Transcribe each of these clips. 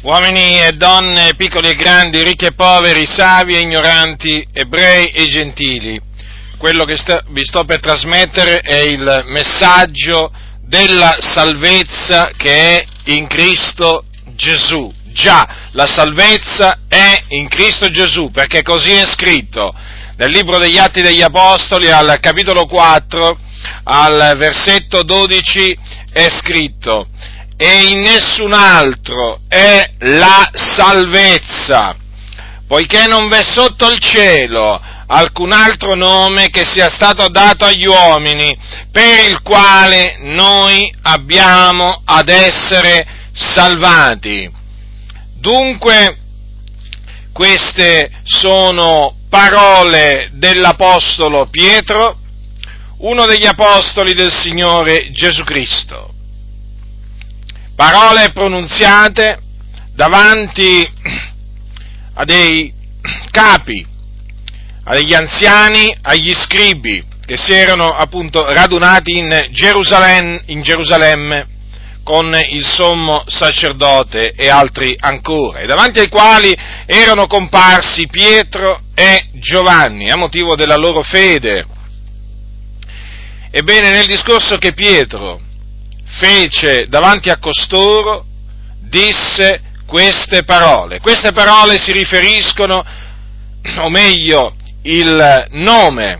uomini e donne, piccoli e grandi, ricchi e poveri, savi e ignoranti, ebrei e gentili. Quello che vi sto per trasmettere è il messaggio della salvezza che è in Cristo Gesù. Già, la salvezza è in Cristo Gesù, perché così è scritto nel libro degli Atti degli Apostoli, al capitolo 4, al versetto 12, è scritto: e in nessun altro è la salvezza, poiché non v'è sotto il cielo alcun altro nome che sia stato dato agli uomini, per il quale noi abbiamo ad essere salvati. Dunque, queste sono parole dell'Apostolo Pietro, uno degli Apostoli del Signore Gesù Cristo. Parole pronunziate davanti a dei capi, a degli anziani, agli scribi, che si erano appunto radunati in Gerusalemme con il sommo sacerdote e altri ancora, e davanti ai quali erano comparsi Pietro e Giovanni a motivo della loro fede. Ebbene, nel discorso che Pietro fece davanti a costoro, disse queste parole. Queste parole si riferiscono, o meglio, il nome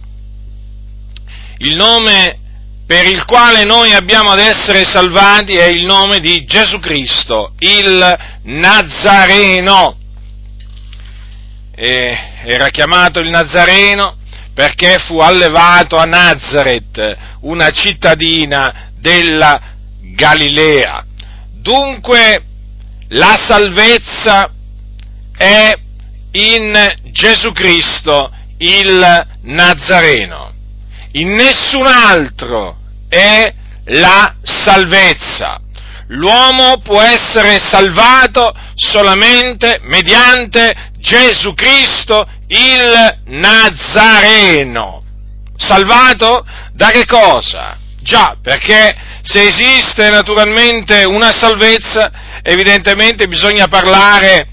per il quale noi abbiamo ad essere salvati è il nome di Gesù Cristo, il Nazareno. Era chiamato il Nazareno perché fu allevato a Nazaret, una cittadina della Galilea. Dunque, la salvezza è in Gesù Cristo, il Nazareno. In nessun altro è la salvezza. L'uomo può essere salvato solamente mediante Gesù Cristo, il Nazareno. Salvato da che cosa? Già, perché se esiste naturalmente una salvezza, evidentemente bisogna parlare,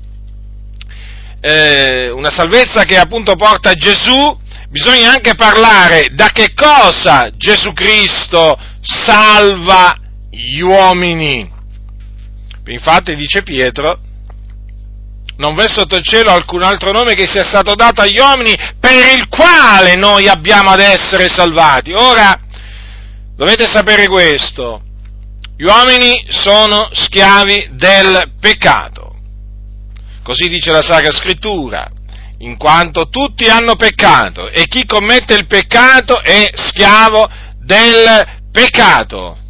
una salvezza che appunto porta a Gesù, bisogna anche parlare da che cosa Gesù Cristo salva gli uomini. Infatti dice Pietro: non v'è sotto il cielo alcun altro nome che sia stato dato agli uomini per il quale noi abbiamo ad essere salvati. Ora, dovete sapere questo: gli uomini sono schiavi del peccato. Così dice la Sacra Scrittura, in quanto tutti hanno peccato e chi commette il peccato è schiavo del peccato.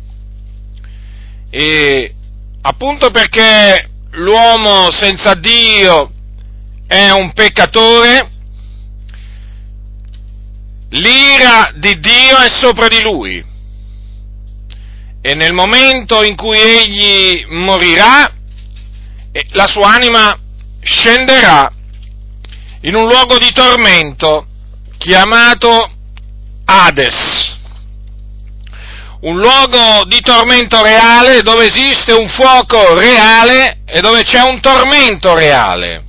E appunto perché l'uomo senza Dio è un peccatore, l'ira di Dio è sopra di lui, e nel momento in cui egli morirà, la sua anima scenderà in un luogo di tormento chiamato Hades, un luogo di tormento reale dove esiste un fuoco reale e dove c'è un tormento reale,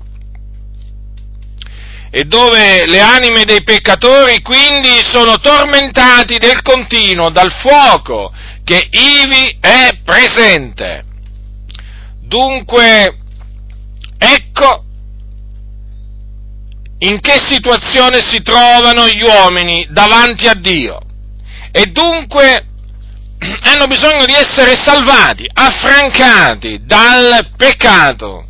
e dove le anime dei peccatori quindi sono tormentati del continuo dal fuoco che ivi è presente. Dunque, ecco in che situazione si trovano gli uomini davanti a Dio, e dunque hanno bisogno di essere salvati, affrancati dal peccato,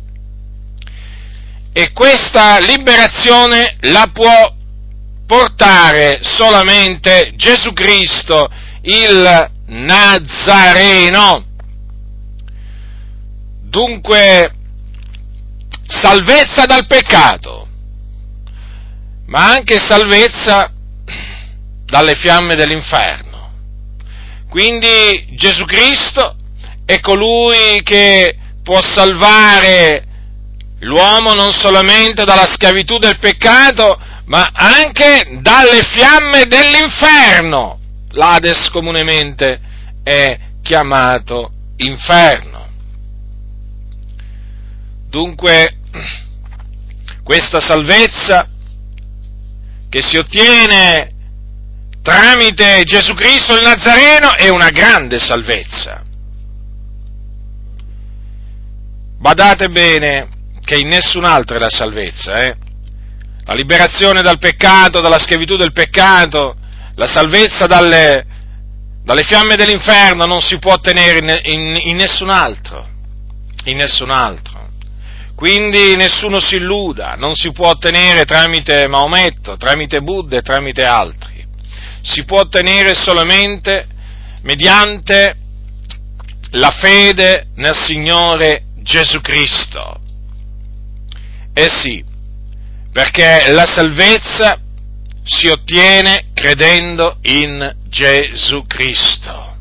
e questa liberazione la può portare solamente Gesù Cristo, il Nazareno. Dunque, salvezza dal peccato, ma anche salvezza dalle fiamme dell'inferno. Quindi Gesù Cristo è colui che può salvare l'uomo non solamente dalla schiavitù del peccato, ma anche dalle fiamme dell'inferno. L'Hades comunemente è chiamato inferno. Dunque, questa salvezza che si ottiene tramite Gesù Cristo il Nazareno è una grande salvezza. Badate bene che in nessun altro è la salvezza, La liberazione dal peccato, dalla schiavitù del peccato, la salvezza dalle fiamme dell'inferno non si può ottenere in nessun altro, Quindi nessuno si illuda, non si può ottenere tramite Maometto, tramite Buddha e tramite altri. Si può ottenere solamente mediante la fede nel Signore Gesù Cristo. Sì, perché la salvezza si ottiene credendo in Gesù Cristo.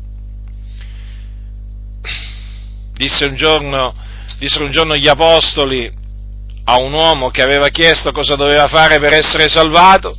Dissero un giorno gli apostoli a un uomo che aveva chiesto cosa doveva fare per essere salvato.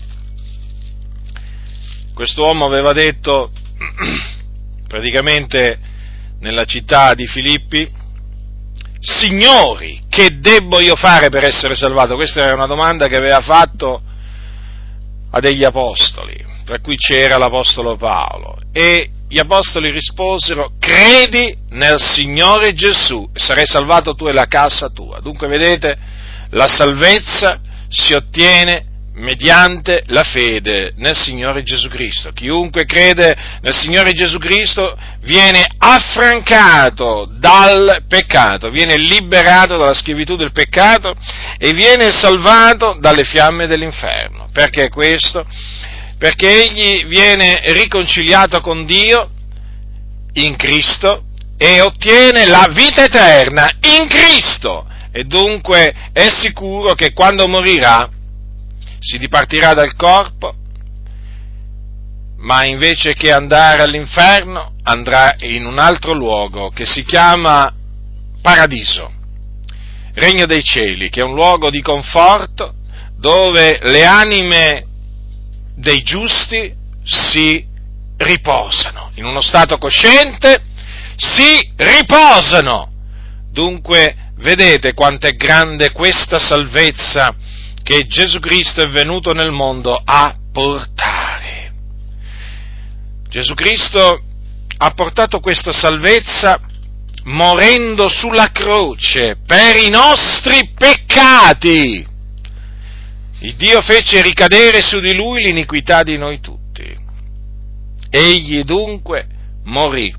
Quest'uomo aveva detto, praticamente nella città di Filippi: Signori, che debbo io fare per essere salvato? Questa era una domanda che aveva fatto a degli apostoli, tra cui c'era l'apostolo Paolo, e gli apostoli risposero: credi nel Signore Gesù e sarai salvato tu e la casa tua. Dunque vedete, la salvezza si ottiene mediante la fede nel Signore Gesù Cristo. Chiunque crede nel Signore Gesù Cristo viene affrancato dal peccato, viene liberato dalla schiavitù del peccato e viene salvato dalle fiamme dell'inferno. Perché questo? Perché egli viene riconciliato con Dio in Cristo e ottiene la vita eterna in Cristo, e dunque è sicuro che quando morirà si dipartirà dal corpo, ma invece che andare all'inferno andrà in un altro luogo che si chiama Paradiso, Regno dei Cieli, che è un luogo di conforto dove le anime dei giusti si riposano, in uno stato cosciente si riposano. Dunque vedete quanto è grande questa salvezza che Gesù Cristo è venuto nel mondo a portare. Gesù Cristo ha portato questa salvezza morendo sulla croce per i nostri peccati. Il Dio fece ricadere su di lui l'iniquità di noi tutti. Egli dunque morì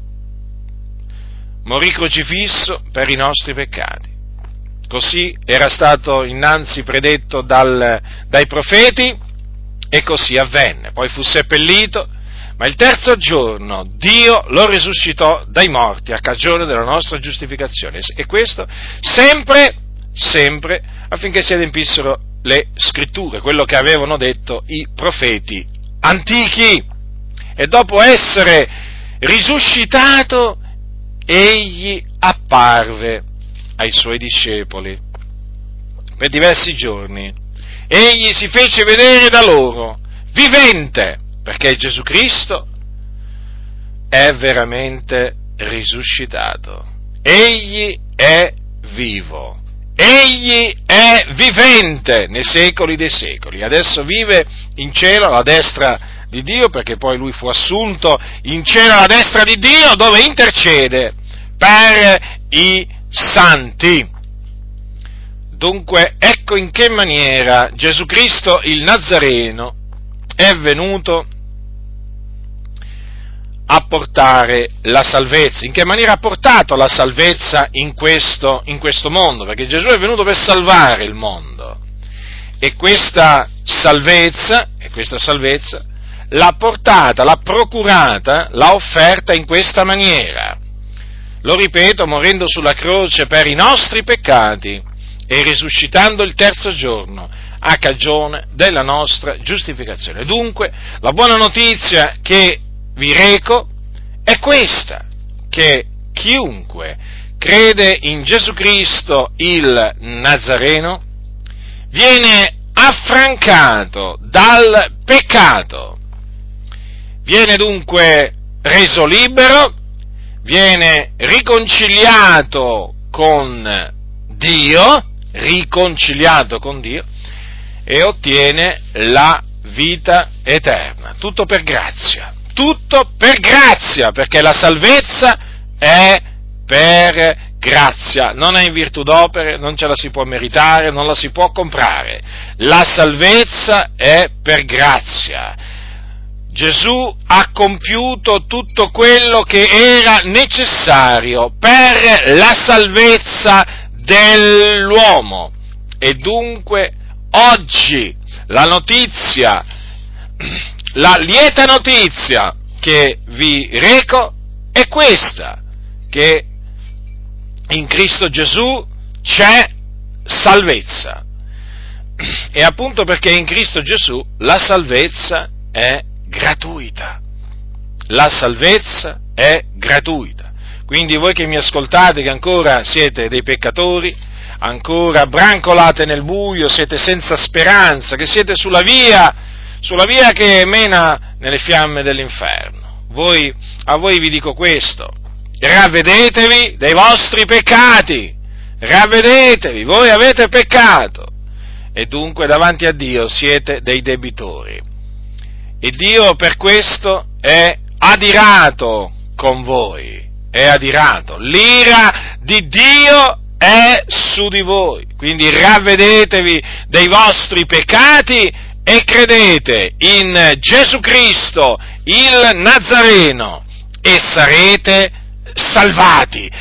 crocifisso per i nostri peccati. Così era stato innanzi predetto dai profeti e così avvenne. Poi fu seppellito, ma il terzo giorno Dio lo risuscitò dai morti a cagione della nostra giustificazione. E questo sempre affinché si adempissero le scritture, quello che avevano detto i profeti antichi. E dopo essere risuscitato, egli apparve ai suoi discepoli per diversi giorni. Egli si fece vedere da loro, vivente, perché Gesù Cristo è veramente risuscitato. Egli è vivo. Egli è vivente nei secoli dei secoli. Adesso vive in cielo alla destra di Dio, perché poi lui fu assunto in cielo alla destra di Dio, dove intercede per i santi. Dunque, ecco in che maniera Gesù Cristo il Nazareno è venuto a portare la salvezza. In che maniera ha portato la salvezza in questo mondo? Perché Gesù è venuto per salvare il mondo. E questa salvezza l'ha portata, l'ha procurata, l'ha offerta in questa maniera. Lo ripeto, morendo sulla croce per i nostri peccati e risuscitando il terzo giorno a cagione della nostra giustificazione. Dunque, la buona notizia che vi reco è questa, che chiunque crede in Gesù Cristo il Nazareno viene affrancato dal peccato, viene dunque reso libero, viene riconciliato con Dio, riconciliato con Dio, e ottiene la vita eterna. Tutto per grazia, perché la salvezza è per grazia, non è in virtù d'opere, non ce la si può meritare, non la si può comprare. La salvezza è per grazia. Gesù ha compiuto tutto quello che era necessario per la salvezza dell'uomo, e dunque oggi la lieta notizia che vi reco è questa, che in Cristo Gesù c'è salvezza, e appunto perché in Cristo Gesù la salvezza è gratuita. La salvezza è gratuita. Quindi voi che mi ascoltate, che ancora siete dei peccatori, ancora brancolate nel buio, siete senza speranza, che siete sulla via che mena nelle fiamme dell'inferno, a voi vi dico questo: ravvedetevi dei vostri peccati, ravvedetevi, voi avete peccato, e dunque davanti a Dio siete dei debitori. E Dio per questo è adirato con voi, è adirato. L'ira di Dio è su di voi. Quindi ravvedetevi dei vostri peccati e credete in Gesù Cristo, il Nazareno, e sarete salvati.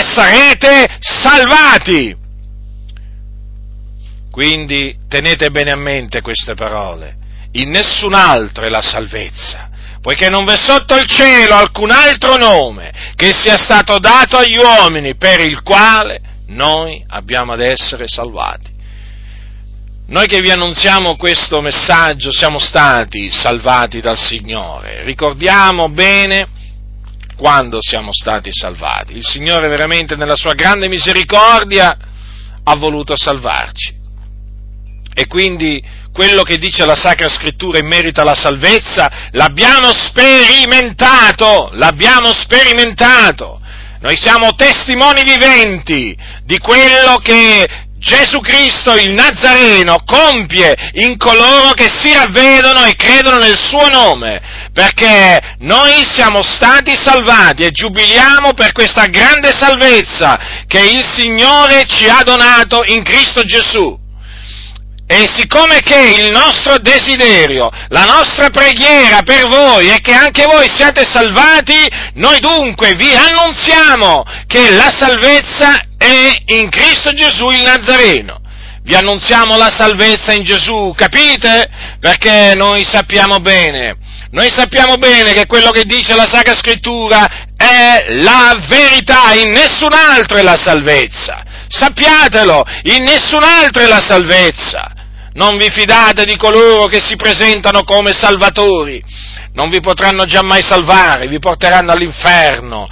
Quindi tenete bene a mente queste parole. In nessun altro è la salvezza, poiché non v'è sotto il cielo alcun altro nome che sia stato dato agli uomini per il quale noi abbiamo ad essere salvati. Noi che vi annunziamo questo messaggio siamo stati salvati dal Signore. Ricordiamo bene quando siamo stati salvati. Il Signore veramente nella sua grande misericordia ha voluto salvarci. E quindi quello che dice la Sacra Scrittura in merito alla salvezza l'abbiamo sperimentato. Noi siamo testimoni viventi di quello che Gesù Cristo, il Nazareno, compie in coloro che si ravvedono e credono nel suo nome, perché noi siamo stati salvati e giubiliamo per questa grande salvezza che il Signore ci ha donato in Cristo Gesù. E siccome che il nostro desiderio, la nostra preghiera per voi è che anche voi siate salvati, noi dunque vi annunziamo che la salvezza è in Cristo Gesù il Nazareno. Vi annunziamo la salvezza in Gesù, capite? Perché noi sappiamo bene che quello che dice la Sacra Scrittura è la verità, in nessun altro è la salvezza. Sappiatelo, in nessun altro è la salvezza. Non vi fidate di coloro che si presentano come salvatori, non vi potranno giammai salvare, vi porteranno all'inferno,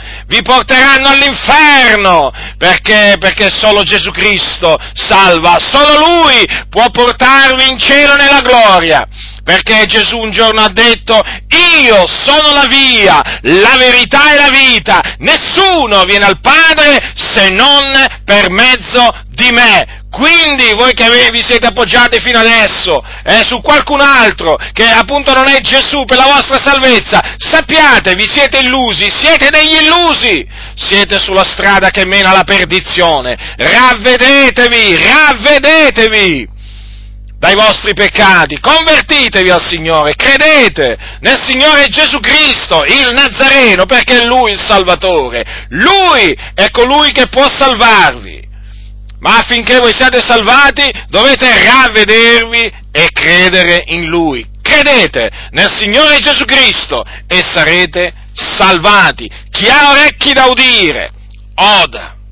perché solo Gesù Cristo salva, solo Lui può portarvi in cielo nella gloria. Perché Gesù un giorno ha detto: io sono la via, la verità e la vita, nessuno viene al Padre se non per mezzo di me. Quindi voi che vi siete appoggiati fino adesso su qualcun altro che appunto non è Gesù per la vostra salvezza, sappiate, vi siete illusi, siete degli illusi, siete sulla strada che mena alla perdizione. Ravvedetevi dai vostri peccati, convertitevi al Signore, credete nel Signore Gesù Cristo, il Nazareno, perché è Lui il Salvatore, Lui è colui che può salvarvi. Ma affinché voi siate salvati dovete ravvedervi e credere in Lui. Credete nel Signore Gesù Cristo e sarete salvati. Chi ha orecchi da udire, oda.